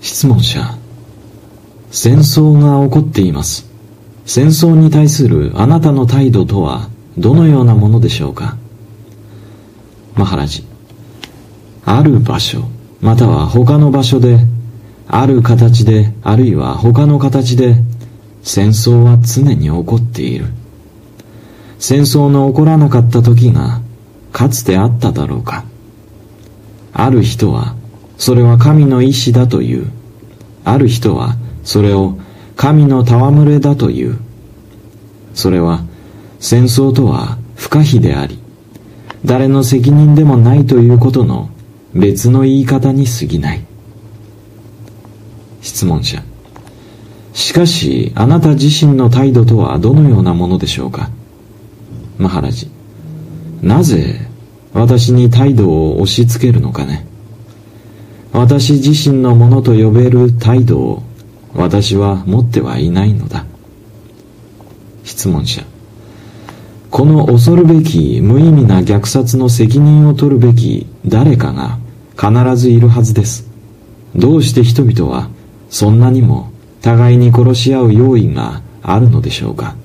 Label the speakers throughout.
Speaker 1: 質問者、戦争が起こっています。戦争に対するあなたの態度とはどのようなものでしょうか。マハラジ、ある場所または他の場所で、ある形であるいは他の形で戦争は常に起こっている。戦争の起こらなかった時がかつてあっただろうか。ある人はそれは神の意志だという。ある人はそれを神の戯れだという。それは戦争とは不可避であり、誰の責任でもないということの別の言い方に過ぎない。質問者、しかしあなた自身の態度とはどのようなものでしょうか。マハラジ、なぜ私に態度を押し付けるのかね。私自身のものと呼べる態度を私は持ってはいないのだ。質問者、この恐るべき無意味な虐殺の責任を取るべき誰かが必ずいるはずです。どうして人々はそんなにも互いに殺し合う用意があるのでしょうか。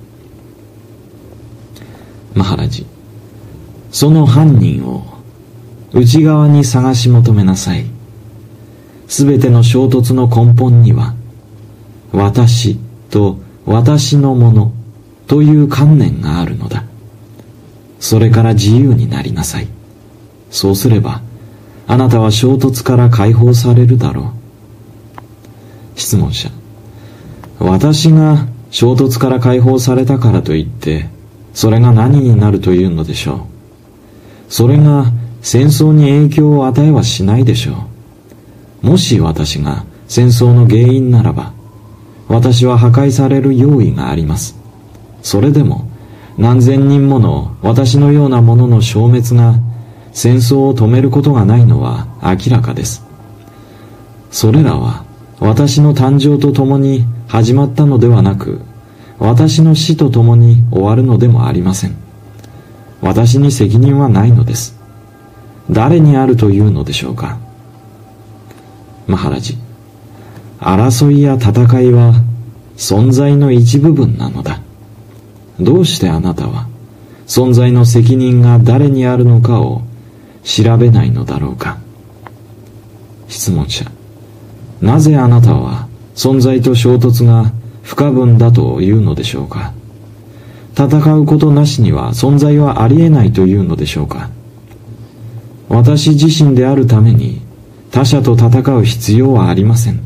Speaker 1: マハラジ、その犯人を内側に探し求めなさい。すべての衝突の根本には、私と私のものという観念があるのだ。それから自由になりなさい。そうすれば、あなたは衝突から解放されるだろう。質問者、私が衝突から解放されたからといって、それが何になるというのでしょう。それが戦争に影響を与えはしないでしょう。もし私が戦争の原因ならば、私は破壊される用意があります。それでも何千人もの私のようなものの消滅が戦争を止めることがないのは明らかです。それらは私の誕生とともに始まったのではなく、私の死とともに終わるのでもありません。私に責任はないのです。誰にあるというのでしょうか。マハラジ、争いや戦いは存在の一部分なのだ。どうしてあなたは存在の責任が誰にあるのかを調べないのだろうか。質問者、なぜあなたは存在と衝突が不可分だというのでしょうか。戦うことなしには存在はありえないというのでしょうか。私自身であるために他者と戦う必要はありません。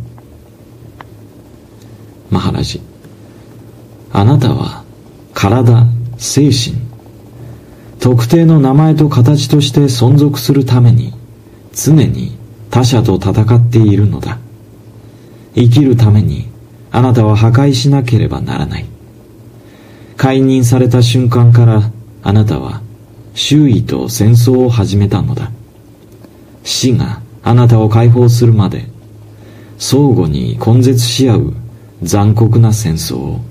Speaker 1: マハラジ、あなたは体、精神、特定の名前と形として存続するために常に他者と戦っているのだ。生きるためにあなたは破壊しなければならない。解任された瞬間からあなたは周囲と戦争を始めたのだ。死があなたを解放するまで相互に根絶し合う残酷な戦争を。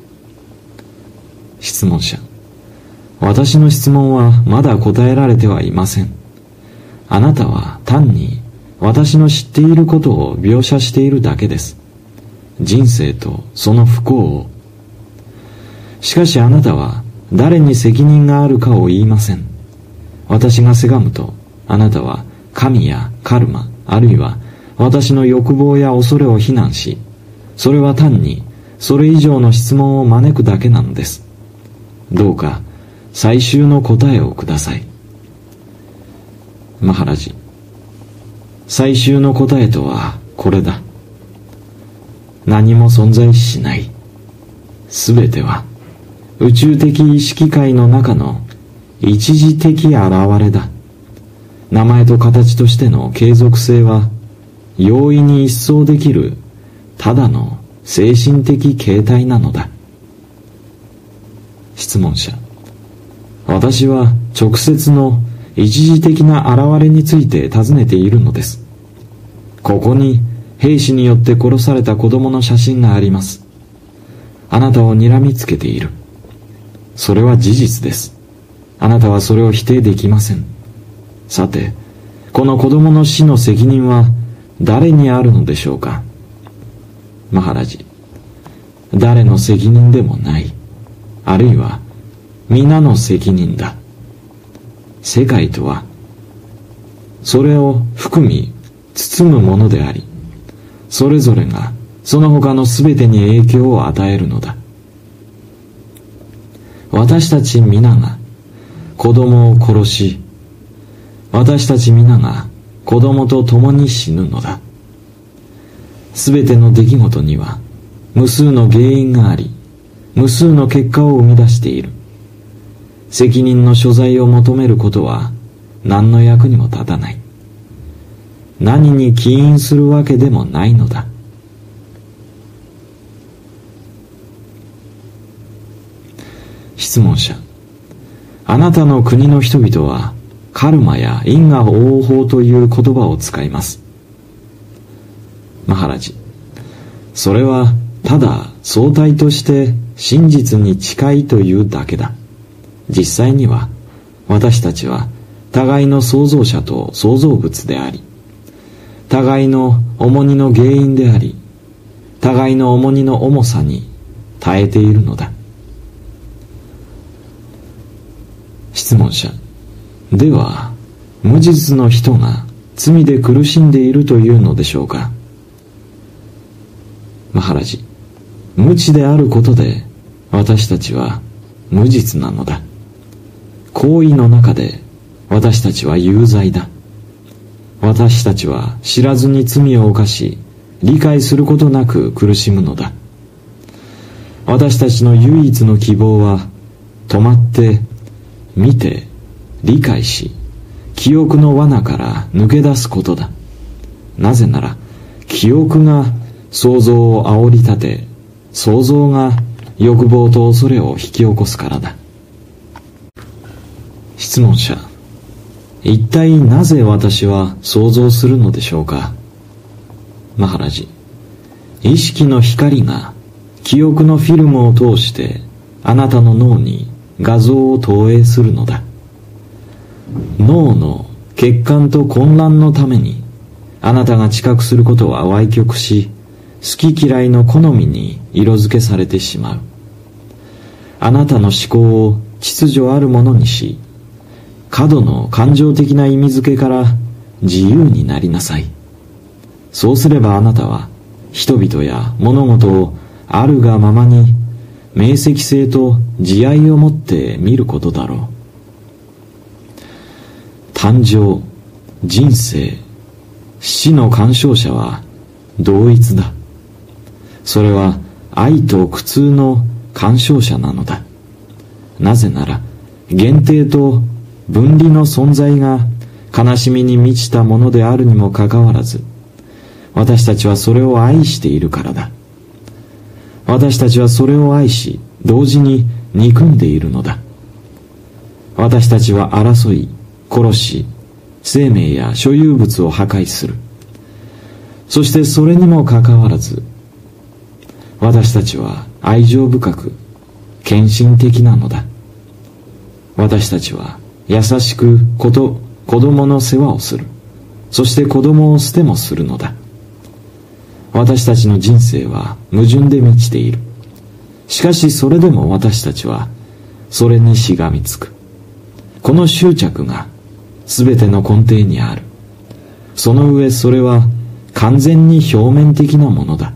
Speaker 1: 質問者、私の質問はまだ答えられてはいません。あなたは単に私の知っていることを描写しているだけです。人生とその不幸を。しかしあなたは誰に責任があるかを言いません。私がせがむと、あなたは神やカルマ、あるいは私の欲望や恐れを非難し、それは単にそれ以上の質問を招くだけなのです。どうか最終の答えをください。マハラジ、最終の答えとはこれだ。何も存在しない。すべては宇宙的意識界の中の一時的現れだ。名前と形としての継続性は容易に一掃できるただの精神的形態なのだ。質問者、私は直接の一時的な現れについて尋ねているのです。ここに兵士によって殺された子供の写真があります。あなたを睨みつけている。それは事実です。あなたはそれを否定できません。さて、この子供の死の責任は誰にあるのでしょうか。 マハラジ、誰の責任でもない。あるいは皆の責任だ。世界とはそれを含み包むものであり、それぞれがその他のすべてに影響を与えるのだ。私たち皆が子供を殺し、私たち皆が子供と共に死ぬのだ。すべての出来事には無数の原因があり、無数の結果を生み出している。責任の所在を求めることは何の役にも立たない。何に起因するわけでもないのだ。質問者、あなたの国の人々はカルマや因果応報という言葉を使います。マハラジ、それはただ相対として真実に近いというだけだ。実際には私たちは互いの創造者と創造物であり、互いの重荷の原因であり、互いの重荷の重さに耐えているのだ。質問者、では無実の人が罪で苦しんでいるというのでしょうか。マハラジ、無知であることで私たちは無実なのだ。行為の中で私たちは有罪だ。私たちは知らずに罪を犯し、理解することなく苦しむのだ。私たちの唯一の希望は、止まって見て理解し、記憶の罠から抜け出すことだ。なぜなら記憶が想像を煽り立て、想像が欲望と恐れを引き起こすからだ。質問者、一体なぜ私は想像するのでしょうか。マハラジ、意識の光が記憶のフィルムを通してあなたの脳に画像を投影するのだ。脳の欠陥と混乱のためにあなたが知覚することは歪曲し、好き嫌いの好みに色付けされてしまう。あなたの思考を秩序あるものにし、過度の感情的な意味付けから自由になりなさい。そうすればあなたは人々や物事をあるがままに明晰性と慈愛を持って見ることだろう。誕生、人生、死の鑑賞者は同一だ。それは愛と苦痛の鑑賞者なのだ。なぜなら限定と分離の存在が悲しみに満ちたものであるにもかかわらず、私たちはそれを愛しているからだ。私たちはそれを愛し、同時に憎んでいるのだ。私たちは争い、殺し、生命や所有物を破壊する。そしてそれにもかかわらず、私たちは愛情深く、献身的なのだ。私たちは優しく子供の世話をする。そして子供を捨てもするのだ。私たちの人生は矛盾で満ちている。しかしそれでも私たちはそれにしがみつく。この執着が全ての根底にある。その上それは完全に表面的なものだ。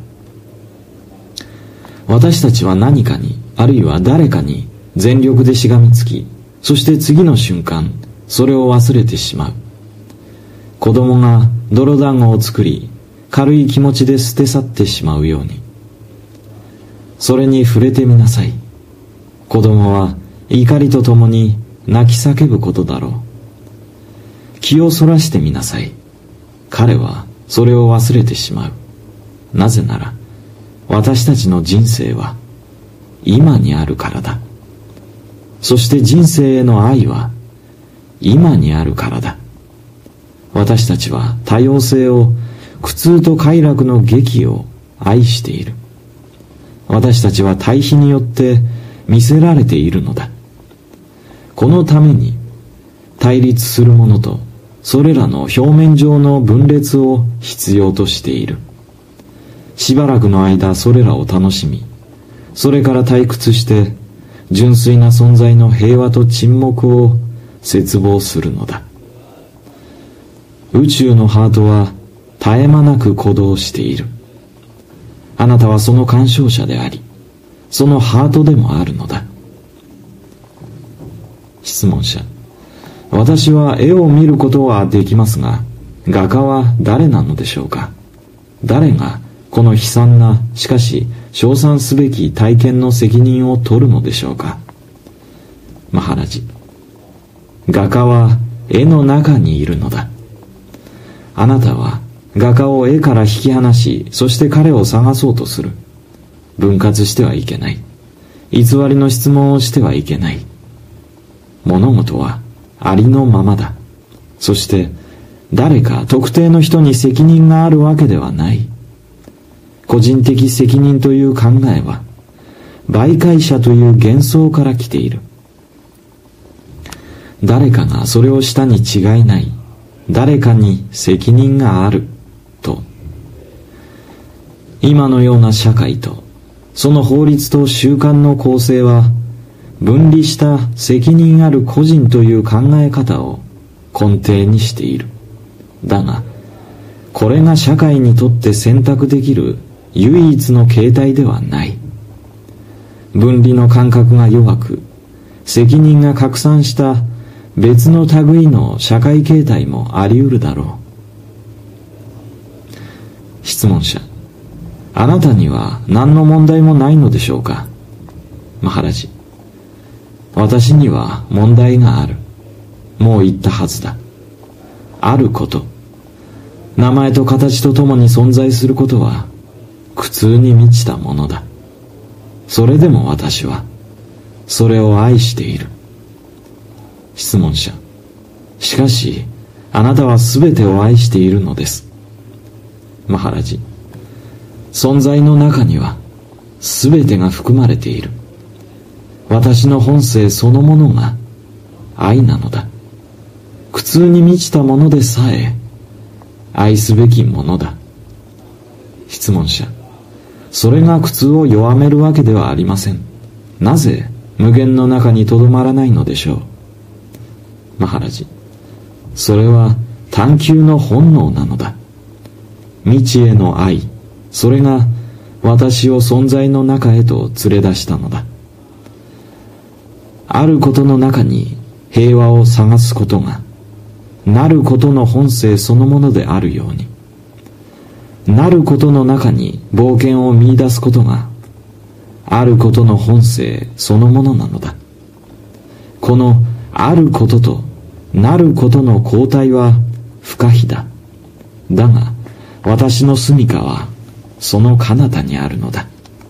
Speaker 1: 私たちは何かに、あるいは誰かに全力でしがみつき、そして次の瞬間それを忘れてしまう。子供が泥団子を作り、軽い気持ちで捨て去ってしまうように。それに触れてみなさい。子供は怒りとともに泣き叫ぶことだろう。気をそらしてみなさい。彼はそれを忘れてしまう。なぜなら私たちの人生は今にあるからだ。そして人生への愛は今にあるからだ。私たちは多様性を、苦痛と快楽の劇を愛している。私たちは対比によって見せられているのだ。このために対立するものとそれらの表面上の分裂を必要としている。 しばらくの間それらを楽しみ、それから退屈して純粋な存在の平和と沈黙を絶望するのだ。宇宙のハートは絶え間なく鼓動している。あなたはその鑑賞者であり、そのハートでもあるのだ。質問者、私は絵を見ることはできますが、画家は誰なのでしょうか。誰がこの悲惨な、しかし称賛すべき体験の責任を取るのでしょうか。マハラジ、画家は絵の中にいるのだ。あなたは画家を絵から引き離し、そして彼を探そうとする。分割してはいけない。偽りの質問をしてはいけない。物事はありのままだ。そして誰か特定の人に責任があるわけではない。個人的責任という考えは媒介者という幻想から来ている。誰かがそれをしたに違いない。誰かに責任があると。今のような社会とその法律と習慣の構成は分離した責任ある個人という考え方を根底にしている。だがこれが社会にとって選択できる唯一の形態ではない。分離の感覚が弱く、責任が拡散した別の類の社会形態もあり得るだろう。質問者、あなたには何の問題もないのでしょうか。マハラジ、私には問題がある。もう言ったはずだ。あること、名前と形とともに存在することは苦痛に満ちたものだ。それでも私はそれを愛している。質問者、しかしあなたは全てを愛しているのです。マハラジ、存在の中には全てが含まれている。私の本性そのものが愛なのだ。苦痛に満ちたものでさえ愛すべきものだ。質問者、それが苦痛を弱めるわけではありません。なぜ無限の中にとどまらないのでしょう。マハラジ、それは探求の本能なのだ。未知への愛、それが私を存在の中へと連れ出したのだ。あることの中に平和を探すことがなることの本性そのものであるように、なることの中に冒険を見出すことがあることの本性そのものなのだ。このあることとなることの交代は不可避だ。だが私の住処はその彼方にあるのだ。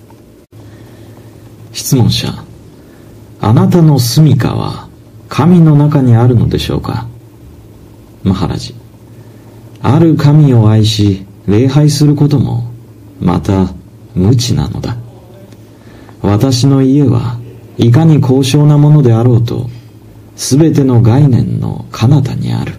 Speaker 1: 質問者、あなたの住処は神の中にあるのでしょうか。マハラジ、ある神を愛し礼拝することもまた無知なのだ。私の家はいかに高尚なものであろうと、すべての概念の彼方にある。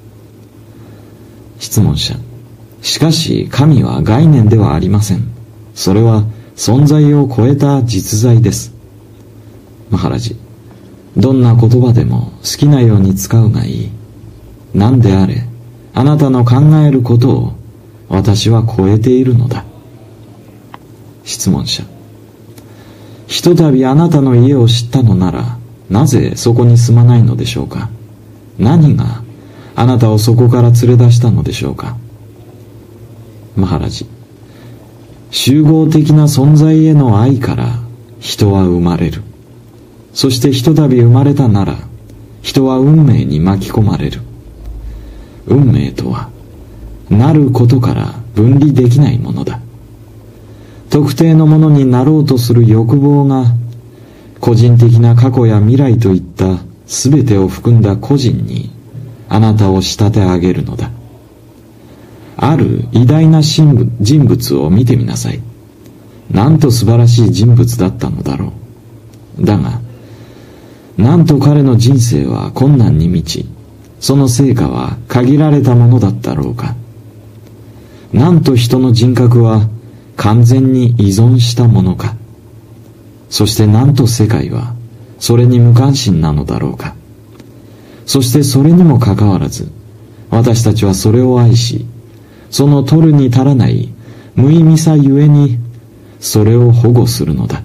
Speaker 1: 質問者、しかし神は概念ではありません。それは存在を超えた実在です。マハラジ、どんな言葉でも好きなように使うがいい。何であれ、あなたの考えることを私は超えているのだ。質問者、ひとたびあなたの家を知ったのなら、なぜそこに住まないのでしょうか。何があなたをそこから連れ出したのでしょうか。マハラジ、集合的な存在への愛から人は生まれる。そしてひとたび生まれたなら、人は運命に巻き込まれる。運命とはなることから分離できないものだ。特定のものになろうとする欲望が個人的な過去や未来といった全てを含んだ個人にあなたを仕立て上げるのだ。ある偉大な人物を見てみなさい。なんと素晴らしい人物だったのだろう。だがなんと彼の人生は困難に満ち、その成果は限られたものだったろうか。なんと人の人格は完全に依存したものか。そしてなんと世界はそれに無関心なのだろうか。そしてそれにもかかわらず、私たちはそれを愛し、その取るに足らない無意味さゆえにそれを保護するのだ。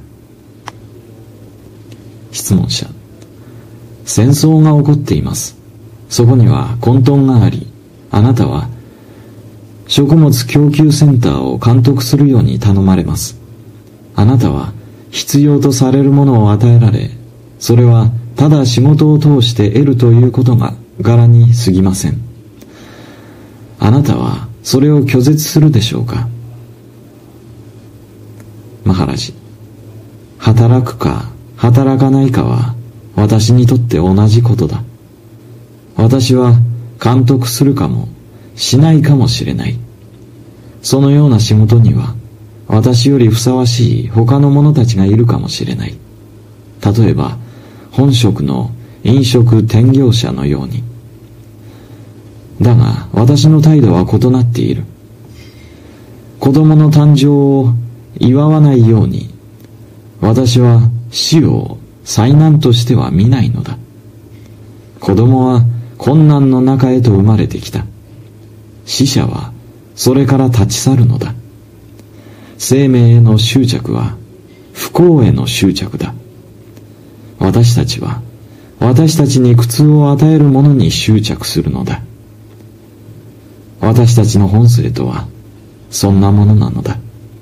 Speaker 1: 質問者。戦争が起こっています。そこには混沌があり、あなたは食物供給センターを監督するように頼まれます。あなたは必要とされるものを与えられ、それはただ仕事を通して得るということが柄に過ぎません。あなたはそれを拒絶するでしょうか。マハラジ。働くか働かないかは私にとって同じことだ。私は監督するかもしないかもしれない。そのような仕事には私よりふさわしい他の者たちがいるかもしれない。例えば本職の飲食転業者のように。だが私の態度は異なっている。子供の誕生を祝わないように、私は死を災難としては見ないのだ。子供は困難の中へと生まれてきた。死者はそれから立ち去るのだ。生命への執着は不幸への執着だ。私たちは私たちに苦痛を与えるものに執着するのだ。私たちの本性とはそんなものなのだ。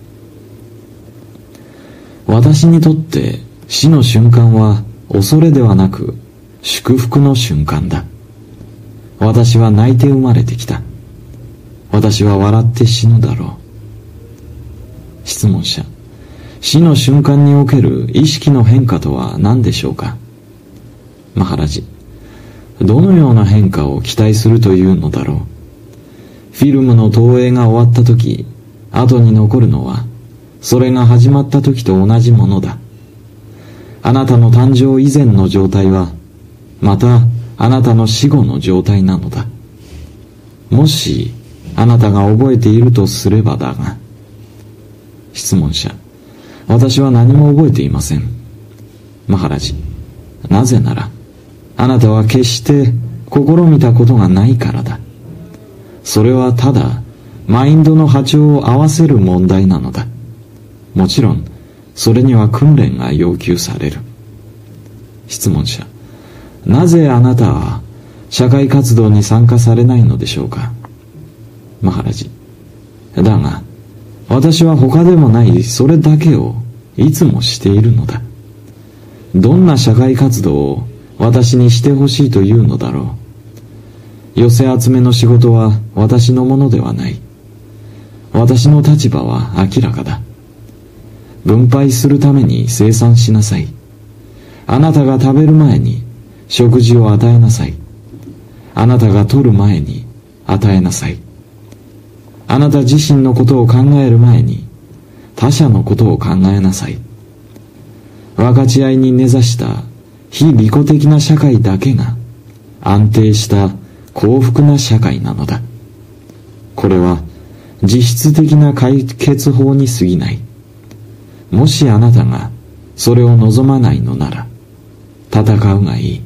Speaker 1: 私にとって死の瞬間は恐れではなく祝福の瞬間だ。私は泣いて生まれてきた。私は笑って死ぬだろう。質問者。死の瞬間における意識の変化とは何でしょうか。マハラジ。どのような変化を期待するというのだろう。フィルムの投影が終わった時、後に残るのはそれが始まった時と同じものだ。あなたの誕生以前の状態はまたあなたの死後の状態なのだ。もしあなたが覚えているとすればだが。質問者。私は何も覚えていません。マハラジ。なぜならあなたは決して試みたことがないからだ。それはただマインドの波長を合わせる問題なのだ。もちろんそれには訓練が要求される。質問者。なぜあなたは社会活動に参加されないのでしょうか。マハラジ。だが私は他でもないそれだけをいつもしているのだ。どんな社会活動を私にしてほしいというのだろう。寄せ集めの仕事は私のものではない。私の立場は明らかだ。分配するために生産しなさい。あなたが食べる前に食事を与えなさい。あなたが取る前に与えなさい。あなた自身のことを考える前に他者のことを考えなさい。分かち合いに根ざした非利己的な社会だけが安定した幸福な社会なのだ。これは実質的な解決法に過ぎない。もしあなたがそれを望まないのなら戦うがいい。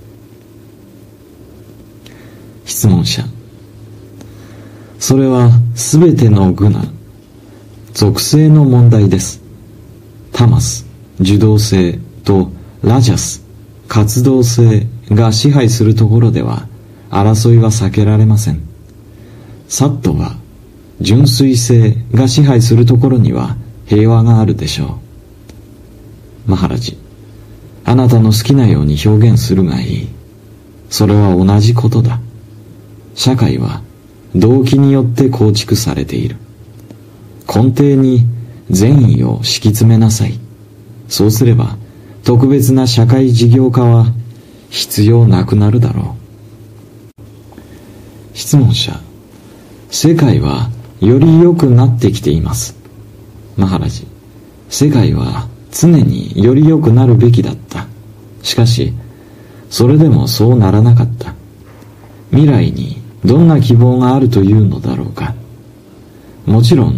Speaker 1: 質問者。それはすべてのグナ、属性の問題です。タマス、受動性とラジャス、活動性が支配するところでは争いは避けられません。サットは純粋性が支配するところには平和があるでしょう。マハラジ。あなたの好きなように表現するがいい。それは同じことだ。社会は動機によって構築されている。根底に善意を敷き詰めなさい。そうすれば特別な社会事業化は必要なくなるだろう。質問者。世界はより良くなってきています。マハラジ。世界は常により良くなるべきだった。しかしそれでもそうならなかった。未来にどんな希望があるというのだろうか。もちろん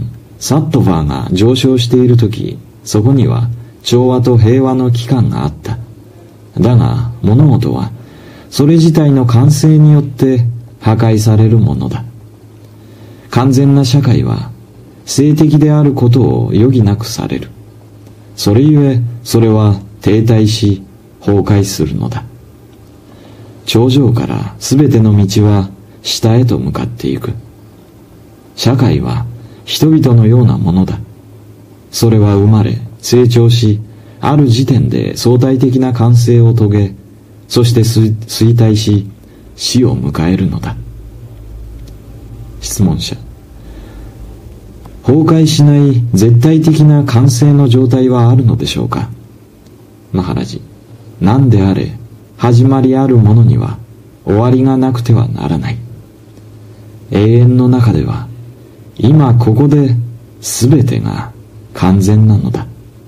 Speaker 1: サットファーが上昇しているとき、そこには調和と平和の期間があった。だが物事はそれ自体の完成によって破壊されるものだ。完全な社会は性的であることを余儀なくされる。それゆえそれは停滞し崩壊するのだ。頂上からすべての道は下へと向かっていく。社会は人々のようなものだ。それは生まれ成長し、ある時点で相対的な完成を遂げ、そして衰退し死を迎えるのだ。質問者。崩壊しない絶対的な完成の状態はあるのでしょうか。マハラジ。何であれ始まりあるものには終わりがなくてはならない。永遠の中では今ここで全てが完全なのだ。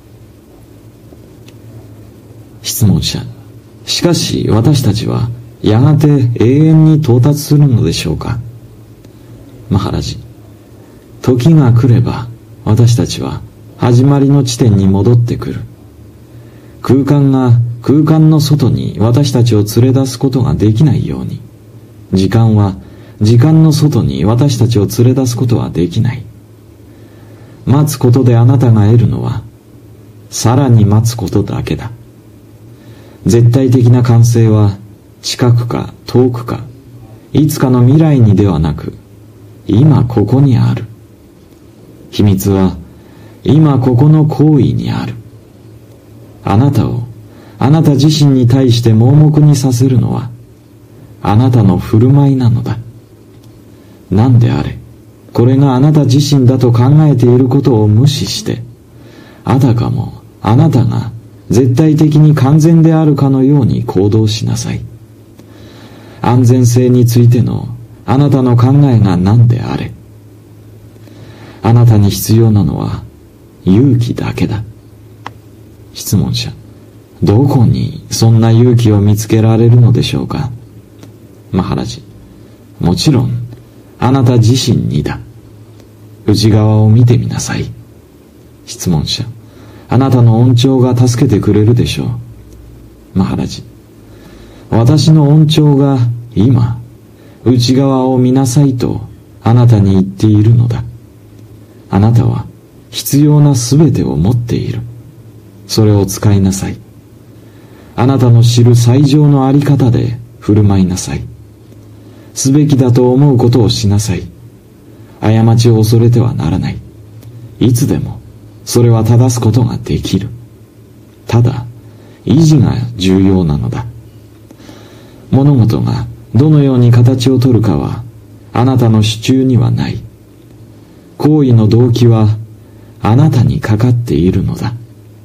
Speaker 1: 質問者。しかし私たちはやがて永遠に到達するのでしょうか。マハラジ。時が来れば私たちは始まりの地点に戻ってくる。空間が空間の外に私たちを連れ出すことができないように、時間は時間の外に私たちを連れ出すことはできない。待つことであなたが得るのはさらに待つことだけだ。絶対的な完成は近くか遠くかいつかの未来にではなく今ここにある。秘密は今ここの行為にある。あなたをあなた自身に対して盲目にさせるのはあなたの振る舞いなのだ。何であれこれがあなた自身だと考えていることを無視して、あたかもあなたが絶対的に完全であるかのように行動しなさい。安全性についてのあなたの考えが何であれ、あなたに必要なのは勇気だけだ。質問者。どこにそんな勇気を見つけられるのでしょうか。マハラジ。もちろんあなた自身にだ。内側を見てみなさい。質問者。あなたの恩寵が助けてくれるでしょう。マハラジ。私の恩寵が今内側を見なさいとあなたに言っているのだ。あなたは必要なすべてを持っている。それを使いなさい。あなたの知る最上のあり方で振る舞いなさい。すべきだと思うことをしなさい。過ちを恐れてはならない。いつでもそれは正すことができる。ただ維持が重要なのだ。物事がどのように形をとるかはあなたの手中にはない。行為の動機はあなたにかかっているのだ。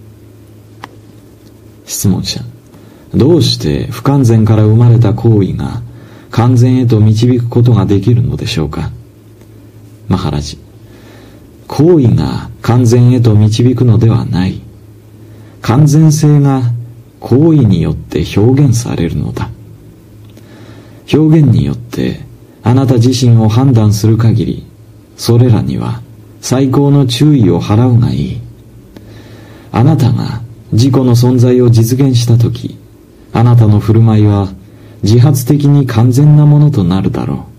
Speaker 1: 質問者。どうして不完全から生まれた行為が完全へと導くことができるのでしょうか。マハラジ。行為が完全へと導くのではない。完全性が行為によって表現されるのだ。表現によってあなた自身を判断する限り、それらには最高の注意を払うがいい。あなたが自己の存在を実現したとき、あなたの振る舞いは自発的に完全なものとなるだろ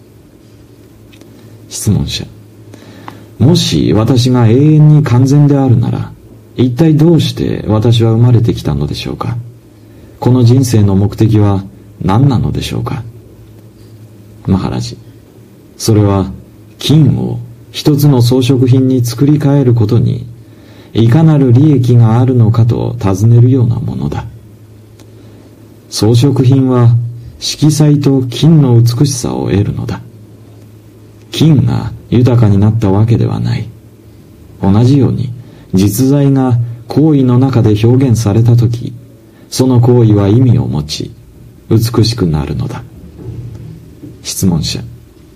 Speaker 1: う。質問者。もし私が永遠に完全であるなら、一体どうして私は生まれてきたのでしょうか。この人生の目的は何なのでしょうか。マハラジ。それは金を一つの装飾品に作り変えることにいかなる利益があるのかと尋ねるようなものだ。装飾品は色彩と金の美しさを得るのだ。金が豊かになったわけではない。同じように実在が行為の中で表現されたとき、その行為は意味を持ち美しくなるのだ。質問者。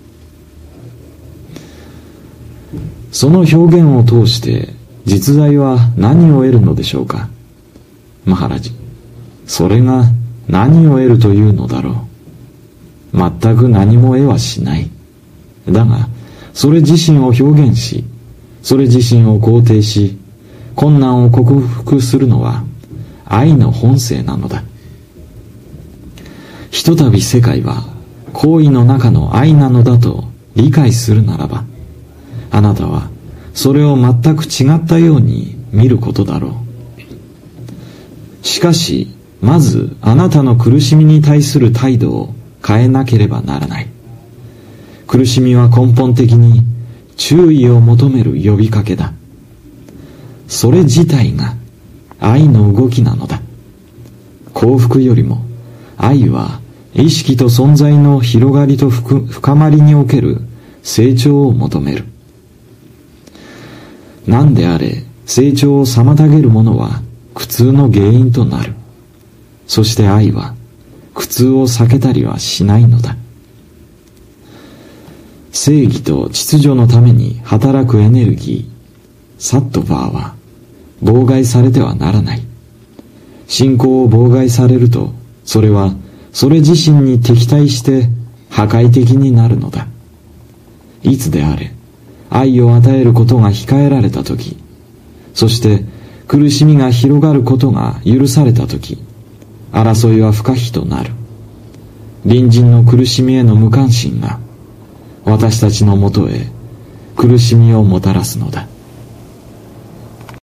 Speaker 1: その表現を通して実在は何を得るのでしょうか。マハラジ。それが何を得るというのだろう。全く何も得はしない。だがそれ自身を表現し、 それ自身を肯定し、困難を克服するのは愛の本性なのだ。ひとたび世界は行為の中の愛なのだと理解するならば、あなたはそれを全く違ったように見ることだろう。しかし、まずあなたの苦しみに対する態度を変えなければならない。苦しみは根本的に注意を求める呼びかけだ。それ自体が愛の動きなのだ。幸福よりも愛は意識と存在の広がりと深まりにおける成長を求める。何であれ、成長を妨げるものは苦痛の原因となる。そして愛は苦痛を避けたりはしないのだ。正義と秩序のために働くエネルギー、サットバーは妨害されてはならない。信仰を妨害されると、それはそれ自身に敵対して破壊的になるのだ。いつであれ、愛を与えることが控えられたとき、そして苦しみが広がることが許されたとき、争いは不可避となる。隣人の苦しみへの無関心が私たちのもとへ苦しみをもたらすのだ。